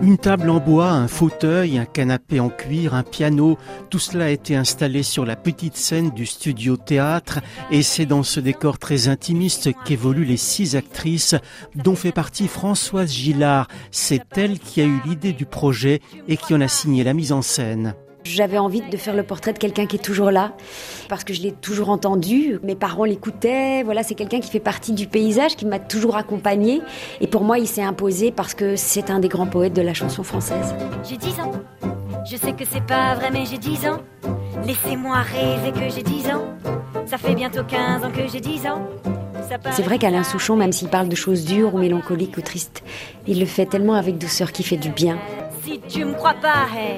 Une table en bois, un fauteuil, un canapé en cuir, un piano, tout cela a été installé sur la petite scène du studio théâtre et c'est dans ce décor très intimiste qu'évoluent les 6 actrices dont fait partie Françoise Gillard. C'est elle qui a eu l'idée du projet et qui en a signé la mise en scène. J'avais envie de faire le portrait de quelqu'un qui est toujours là, parce que je l'ai toujours entendu, mes parents l'écoutaient, voilà, c'est quelqu'un qui fait partie du paysage, qui m'a toujours accompagnée, et pour moi il s'est imposé parce que c'est un des grands poètes de la chanson française. J'ai 10 ans, je sais que c'est pas vrai mais j'ai 10 ans, laissez-moi rêver que j'ai 10 ans, ça fait bientôt 15 ans que j'ai 10 ans. C'est vrai qu'Alain Souchon, même s'il parle de choses dures ou mélancoliques ou tristes, il le fait tellement avec douceur qu'il fait du bien. Si tu me crois pas, hey,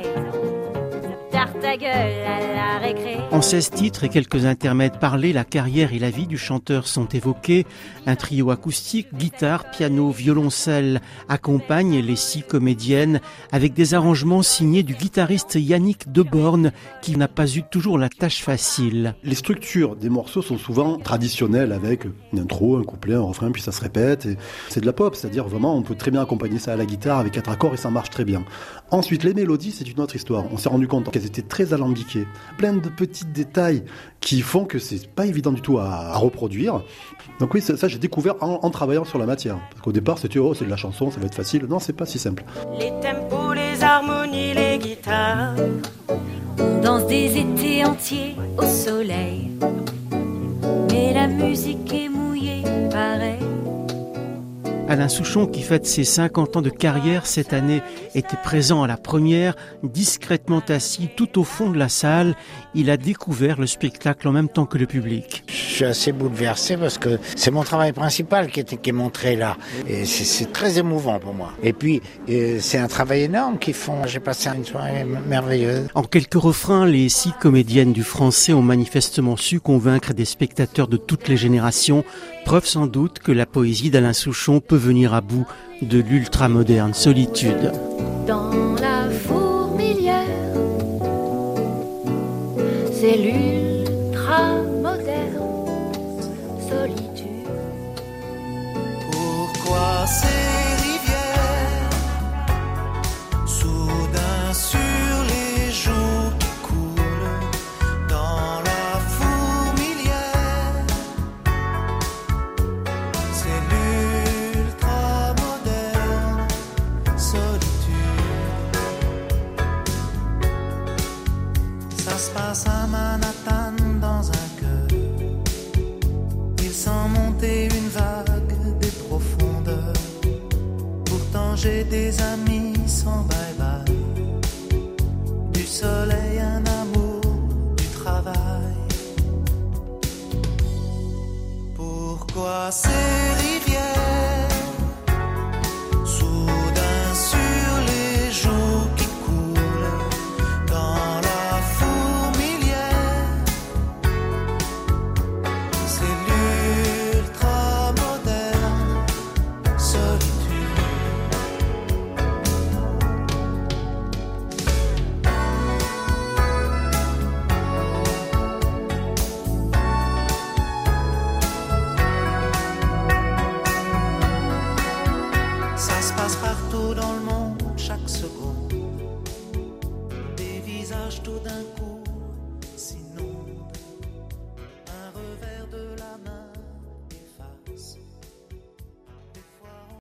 ta gueule à la récré. En 16 titres et quelques intermèdes parlés, la carrière et la vie du chanteur sont évoqués. Un trio acoustique, guitare, piano, violoncelle accompagne les 6 comédiennes avec des arrangements signés du guitariste Yannick Deborn qui n'a pas eu toujours la tâche facile. Les structures des morceaux sont souvent traditionnelles avec une intro, un couplet, un refrain, puis ça se répète. Et c'est de la pop, c'est-à-dire vraiment on peut très bien accompagner ça à la guitare avec 4 accords et ça marche très bien. Ensuite, les mélodies, c'est une autre histoire. On s'est rendu compte qu'elles étaient très alambiquées. Plein de petits détails qui font que c'est pas évident du tout à reproduire. Donc oui, ça j'ai découvert en travaillant sur la matière. Parce qu'au départ, c'était c'est de la chanson, ça va être facile. Non, c'est pas si simple. Les tempos, les harmonies, les guitares. On danse des étés entiers au soleil. Mais la musique est mouillée, pareil. Alain Souchon, qui fête ses 50 ans de carrière cette année, était présent à la première, discrètement assis tout au fond de la salle. Il a découvert le spectacle en même temps que le public. Je suis assez bouleversé parce que c'est mon travail principal qui est montré là. Et c'est très émouvant pour moi. Et puis, c'est un travail énorme qu'ils font. J'ai passé une soirée merveilleuse. En quelques refrains, les 6 comédiennes du français ont manifestement su convaincre des spectateurs de toutes les générations. Preuve sans doute que la poésie d'Alain Souchon peut venir à bout de l'ultramoderne solitude. Dans la fourmilière, c'est l'ultramoderne solitude. Pourquoi ces rivières, soudain sur les joues qui coulent dans la fourmilière, c'est l'ultramoderne solitude. Ça se passe à Manhattan dans un cœur. Il sent monter une vague des profondeurs. Pourtant j'ai des amis sans bye-bye. Du soleil, un amour, du travail. Pourquoi c'est